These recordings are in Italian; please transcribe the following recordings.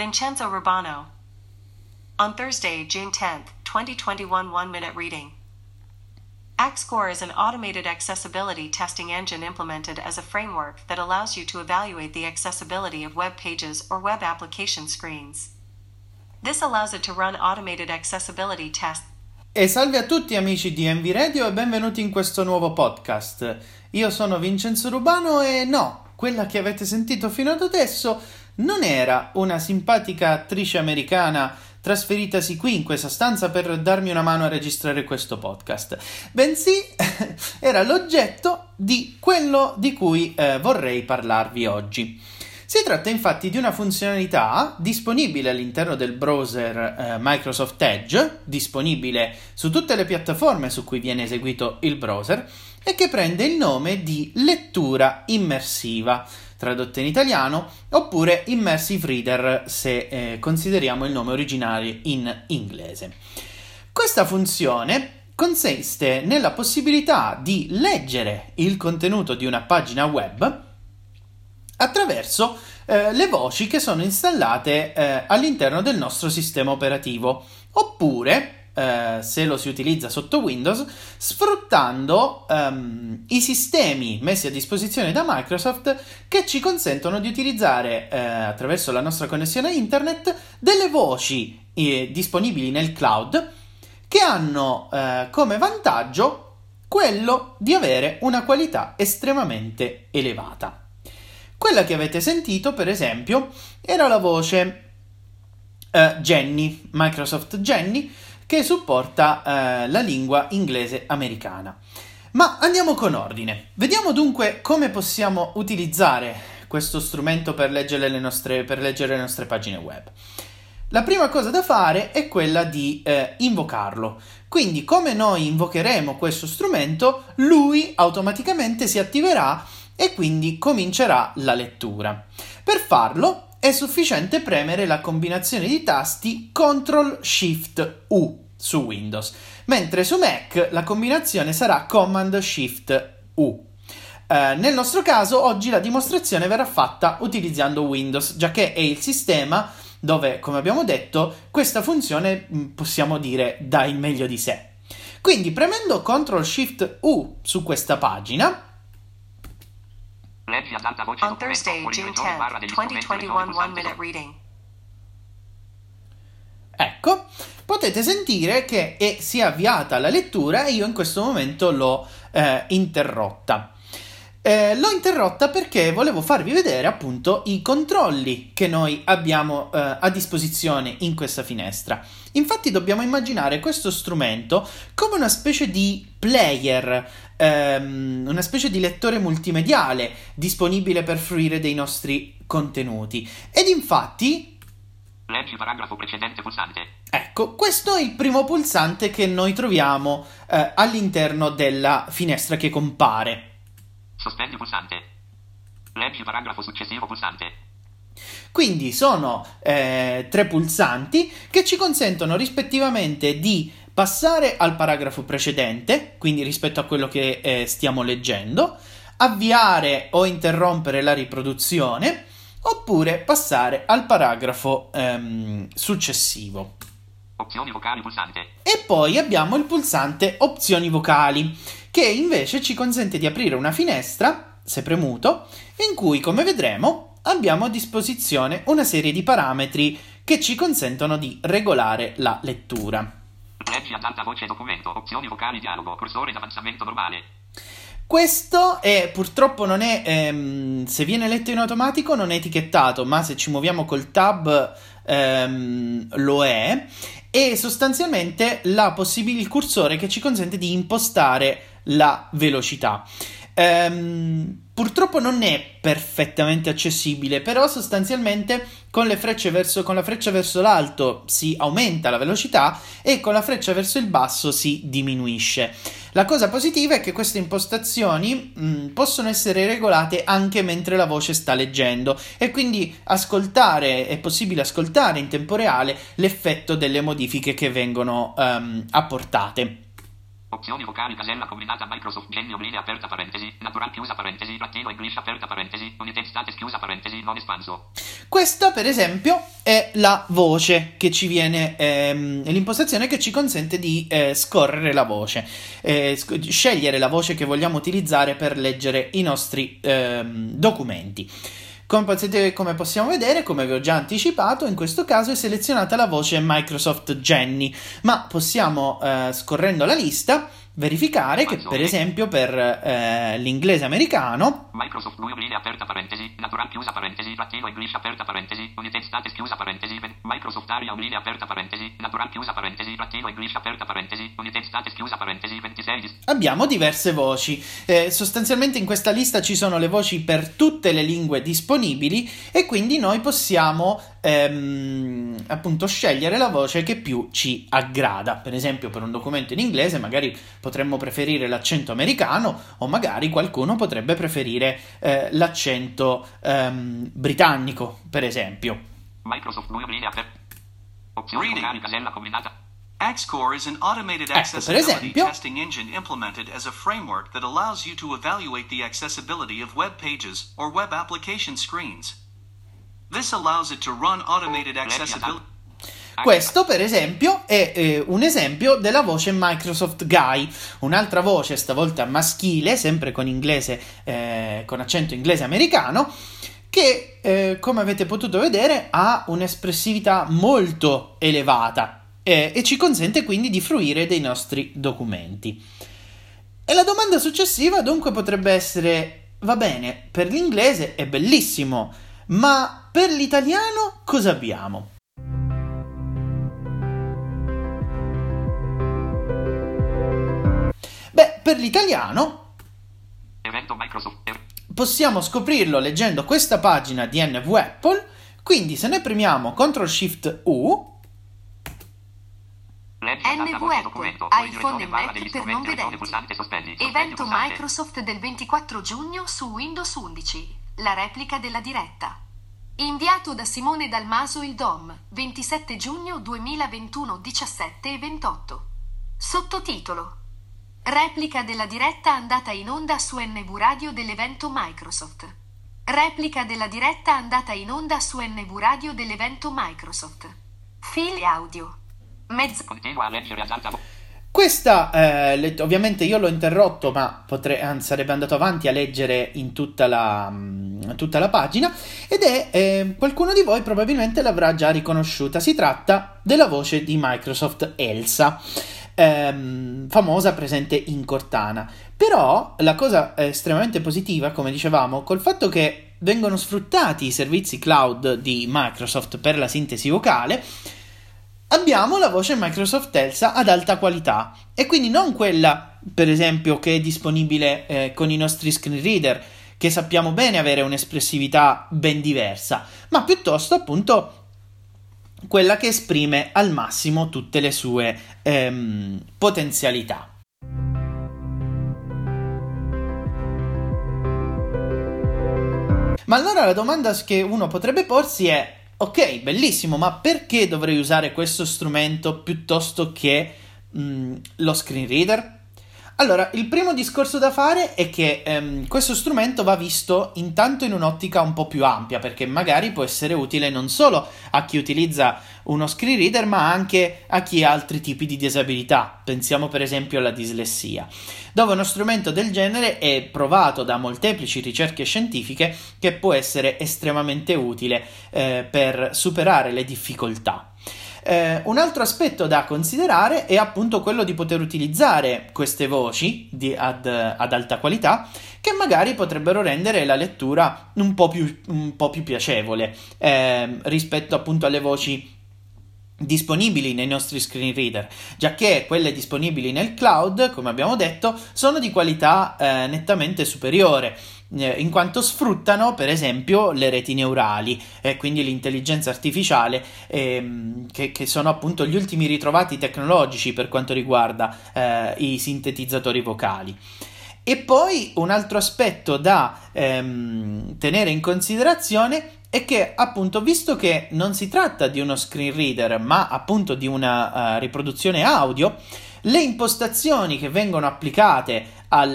Vincenzo Rubano. On Thursday, June 10th, 2021 1-minute reading. AccScore is an automated accessibility testing engine implemented as a framework that allows you to evaluate the accessibility of web pages or web application screens. This allows it to run automated accessibility tests. E salve a tutti amici di MV Radio e benvenuti in questo nuovo podcast. Io sono Vincenzo Rubano e no, quella che avete sentito fino ad adesso non era una simpatica attrice americana trasferitasi qui in questa stanza per darmi una mano a registrare questo podcast, bensì era l'oggetto di quello di cui vorrei parlarvi oggi. Si tratta infatti di una funzionalità disponibile all'interno del browser Microsoft Edge, disponibile su tutte le piattaforme su cui viene eseguito il browser, e che prende il nome di lettura immersiva, tradotta in italiano, oppure Immersive Reader se consideriamo il nome originale in inglese. Questa funzione consiste nella possibilità di leggere il contenuto di una pagina web attraverso le voci che sono installate all'interno del nostro sistema operativo, oppure se lo si utilizza sotto Windows, sfruttando i sistemi messi a disposizione da Microsoft che ci consentono di utilizzare attraverso la nostra connessione internet delle voci disponibili nel cloud che hanno come vantaggio quello di avere una qualità estremamente elevata. Quella che avete sentito, per esempio, era la voce Jenny, Microsoft Jenny, che supporta la lingua inglese americana. Ma andiamo con ordine. Vediamo dunque come possiamo utilizzare questo strumento per leggere le nostre pagine web. La prima cosa da fare è quella di invocarlo. Quindi, come noi invocheremo questo strumento, lui automaticamente si attiverà e quindi comincerà la lettura. Per farlo è sufficiente premere la combinazione di tasti Ctrl-Shift-U su Windows, mentre su Mac la combinazione sarà Command-Shift-U. Nel nostro caso oggi la dimostrazione verrà fatta utilizzando Windows, giacché è il sistema dove, come abbiamo detto, questa funzione possiamo dire dà il meglio di sé. Quindi premendo Ctrl-Shift-U su questa pagina, leggi ad alta voce On Thursday, June 10th, 2021 1-minute reading. ecco, potete sentire che si è avviata la lettura e io in questo momento l'ho interrotta. L'ho interrotta perché volevo farvi vedere appunto i controlli che noi abbiamo a disposizione in questa finestra. Infatti dobbiamo immaginare questo strumento come una specie di player, una specie di lettore multimediale disponibile per fruire dei nostri contenuti. Ed infatti, leggi paragrafo precedente pulsante. ecco, questo è il primo pulsante che noi troviamo all'interno della finestra che compare. Sospendi pulsante. Leggi paragrafo successivo pulsante. Quindi sono 3 pulsanti che ci consentono rispettivamente di passare al paragrafo precedente, quindi rispetto a quello che stiamo leggendo, avviare o interrompere la riproduzione, oppure passare al paragrafo successivo. Opzioni vocali pulsante. E poi abbiamo il pulsante opzioni vocali, che invece ci consente di aprire una finestra, se premuto, in cui, come vedremo, abbiamo a disposizione una serie di parametri che ci consentono di regolare la lettura. Leggi ad alta voce documento, opzioni vocali dialogo, cursore d'avanzamento normale. Questo purtroppo non è, se viene letto in automatico non è etichettato, ma se ci muoviamo col tab lo è, e sostanzialmente il cursore che ci consente di impostare la velocità. Purtroppo non è perfettamente accessibile, però sostanzialmente con la freccia verso l'alto si aumenta la velocità e con la freccia verso il basso si diminuisce. La cosa positiva è che queste impostazioni possono essere regolate anche mentre la voce sta leggendo, e quindi è possibile ascoltare in tempo reale l'effetto delle modifiche che vengono apportate. Opzioni vocali, casella combinata Microsoft Genio, linea aperta parentesi, natural chiusa parentesi, trattino English aperta parentesi, United States chiusa parentesi, non espanso. Questa, per esempio, è la voce che ci viene, l'impostazione che ci consente di scorrere la voce, scegliere la voce che vogliamo utilizzare per leggere i nostri documenti. Come possiamo vedere, come vi ho già anticipato, in questo caso è selezionata la voce Microsoft Genny, ma possiamo, scorrendo la lista, verificare che, per esempio, per l'inglese americano, Microsoft Word, linea aperta parentesi, natural chiusa parentesi, trattino English aperta parentesi, United States chiusa parentesi, Microsoft Area, linea aperta parentesi, natural chiusa parentesi, trattino English aperta parentesi, United States chiusa parentesi, 26. Abbiamo diverse voci. Sostanzialmente in questa lista ci sono le voci per tutte le lingue disponibili e quindi noi possiamo appunto scegliere la voce che più ci aggrada. Per esempio, per un documento in inglese magari potremmo preferire l'accento americano, o magari qualcuno potrebbe preferire l'accento britannico, per esempio. Microsoft Word, linea aperta. Opzioni vocali, casella combinata. Xcore is an automated per accessibility esempio, testing engine implemented as a framework that allows you to evaluate the accessibility of web pages or web application screens. This allows it to run automated accessibility. Questo, per esempio, è un esempio della voce Microsoft Guy, un'altra voce stavolta maschile, sempre con inglese, con accento inglese americano, che, come avete potuto vedere, ha un'espressività molto elevata e ci consente quindi di fruire dei nostri documenti. E la domanda successiva dunque potrebbe essere: va bene, per l'inglese è bellissimo, ma per l'italiano cosa abbiamo? Beh, per l'italiano Evento Microsoft. possiamo scoprirlo leggendo questa pagina di NV Apple, quindi se noi premiamo Ctrl-Shift-U, NV Apple, iPhone e Mac per non vedenti. Evento Microsoft del 24 giugno su Windows 11. La replica della diretta. Inviato da Simone Dalmaso il DOM, 27 giugno 2021 17:28. Sottotitolo: Replica della diretta andata in onda su NV Radio dell'evento Microsoft. Replica della diretta andata in onda su NV Radio dell'evento Microsoft. File audio. Continua a leggere ad alta voce. questa ovviamente io l'ho interrotto, ma sarebbe andato avanti a leggere in tutta la pagina, ed è qualcuno di voi probabilmente l'avrà già riconosciuta. Si tratta della voce di Microsoft Elsa, famosa, presente in Cortana. Però la cosa estremamente positiva, come dicevamo, col fatto che vengono sfruttati i servizi cloud di Microsoft per la sintesi vocale, abbiamo la voce Microsoft Elsa ad alta qualità, e quindi non quella, per esempio, che è disponibile con i nostri screen reader, che sappiamo bene avere un'espressività ben diversa, ma piuttosto appunto quella che esprime al massimo tutte le sue potenzialità. Ma allora la domanda che uno potrebbe porsi è: ok, bellissimo, ma perché dovrei usare questo strumento piuttosto che lo screen reader? Allora, il primo discorso da fare è che questo strumento va visto intanto in un'ottica un po' più ampia, perché magari può essere utile non solo a chi utilizza uno screen reader, ma anche a chi ha altri tipi di disabilità. Pensiamo per esempio alla dislessia, dove uno strumento del genere è provato da molteplici ricerche scientifiche che può essere estremamente utile per superare le difficoltà. Un altro aspetto da considerare è appunto quello di poter utilizzare queste voci ad alta qualità, che magari potrebbero rendere la lettura un po' più piacevole rispetto appunto alle voci disponibili nei nostri screen reader, giacché quelle disponibili nel cloud, come abbiamo detto, sono di qualità nettamente superiore, in quanto sfruttano per esempio le reti neurali e quindi l'intelligenza artificiale, che sono appunto gli ultimi ritrovati tecnologici per quanto riguarda i sintetizzatori vocali. E poi un altro aspetto da tenere in considerazione è che appunto, visto che non si tratta di uno screen reader ma appunto di una riproduzione audio, Le impostazioni che vengono applicate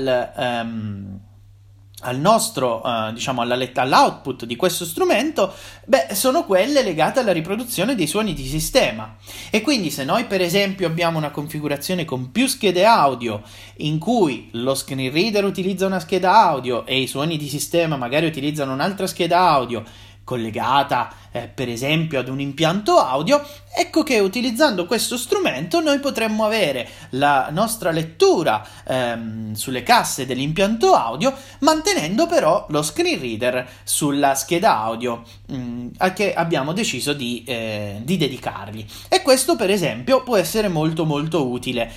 al nostro, all'output di questo strumento, sono quelle legate alla riproduzione dei suoni di sistema. E quindi se noi per esempio abbiamo una configurazione con più schede audio in cui lo screen reader utilizza una scheda audio e i suoni di sistema magari utilizzano un'altra scheda audio collegata per esempio ad un impianto audio, ecco che utilizzando questo strumento noi potremmo avere la nostra lettura sulle casse dell'impianto audio, mantenendo però lo screen reader sulla scheda audio a che abbiamo deciso di dedicargli. E questo per esempio può essere molto molto utile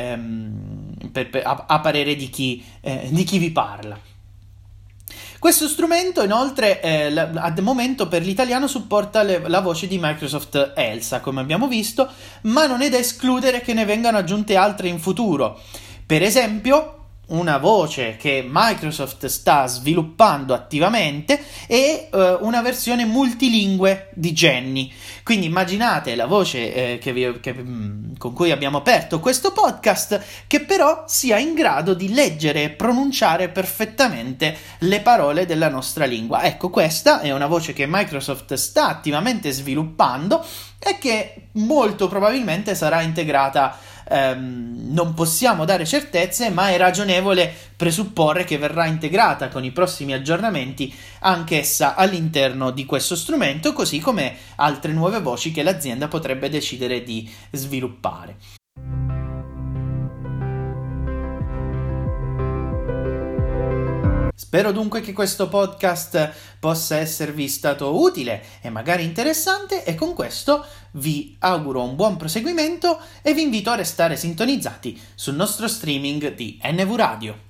a parere di chi vi parla. Questo strumento inoltre al momento per l'italiano supporta la voce di Microsoft Elsa, come abbiamo visto, ma non è da escludere che ne vengano aggiunte altre in futuro. Per esempio, una voce che Microsoft sta sviluppando attivamente è una versione multilingue di Jenny. Quindi immaginate la voce con cui abbiamo aperto questo podcast, che però sia in grado di leggere e pronunciare perfettamente le parole della nostra lingua. Ecco, questa è una voce che Microsoft sta attivamente sviluppando e che molto probabilmente sarà integrata. Non possiamo dare certezze, ma è ragionevole presupporre che verrà integrata con i prossimi aggiornamenti anch'essa all'interno di questo strumento, così come altre nuove voci che l'azienda potrebbe decidere di sviluppare. Spero dunque che questo podcast possa esservi stato utile e magari interessante, e con questo vi auguro un buon proseguimento e vi invito a restare sintonizzati sul nostro streaming di NV Radio.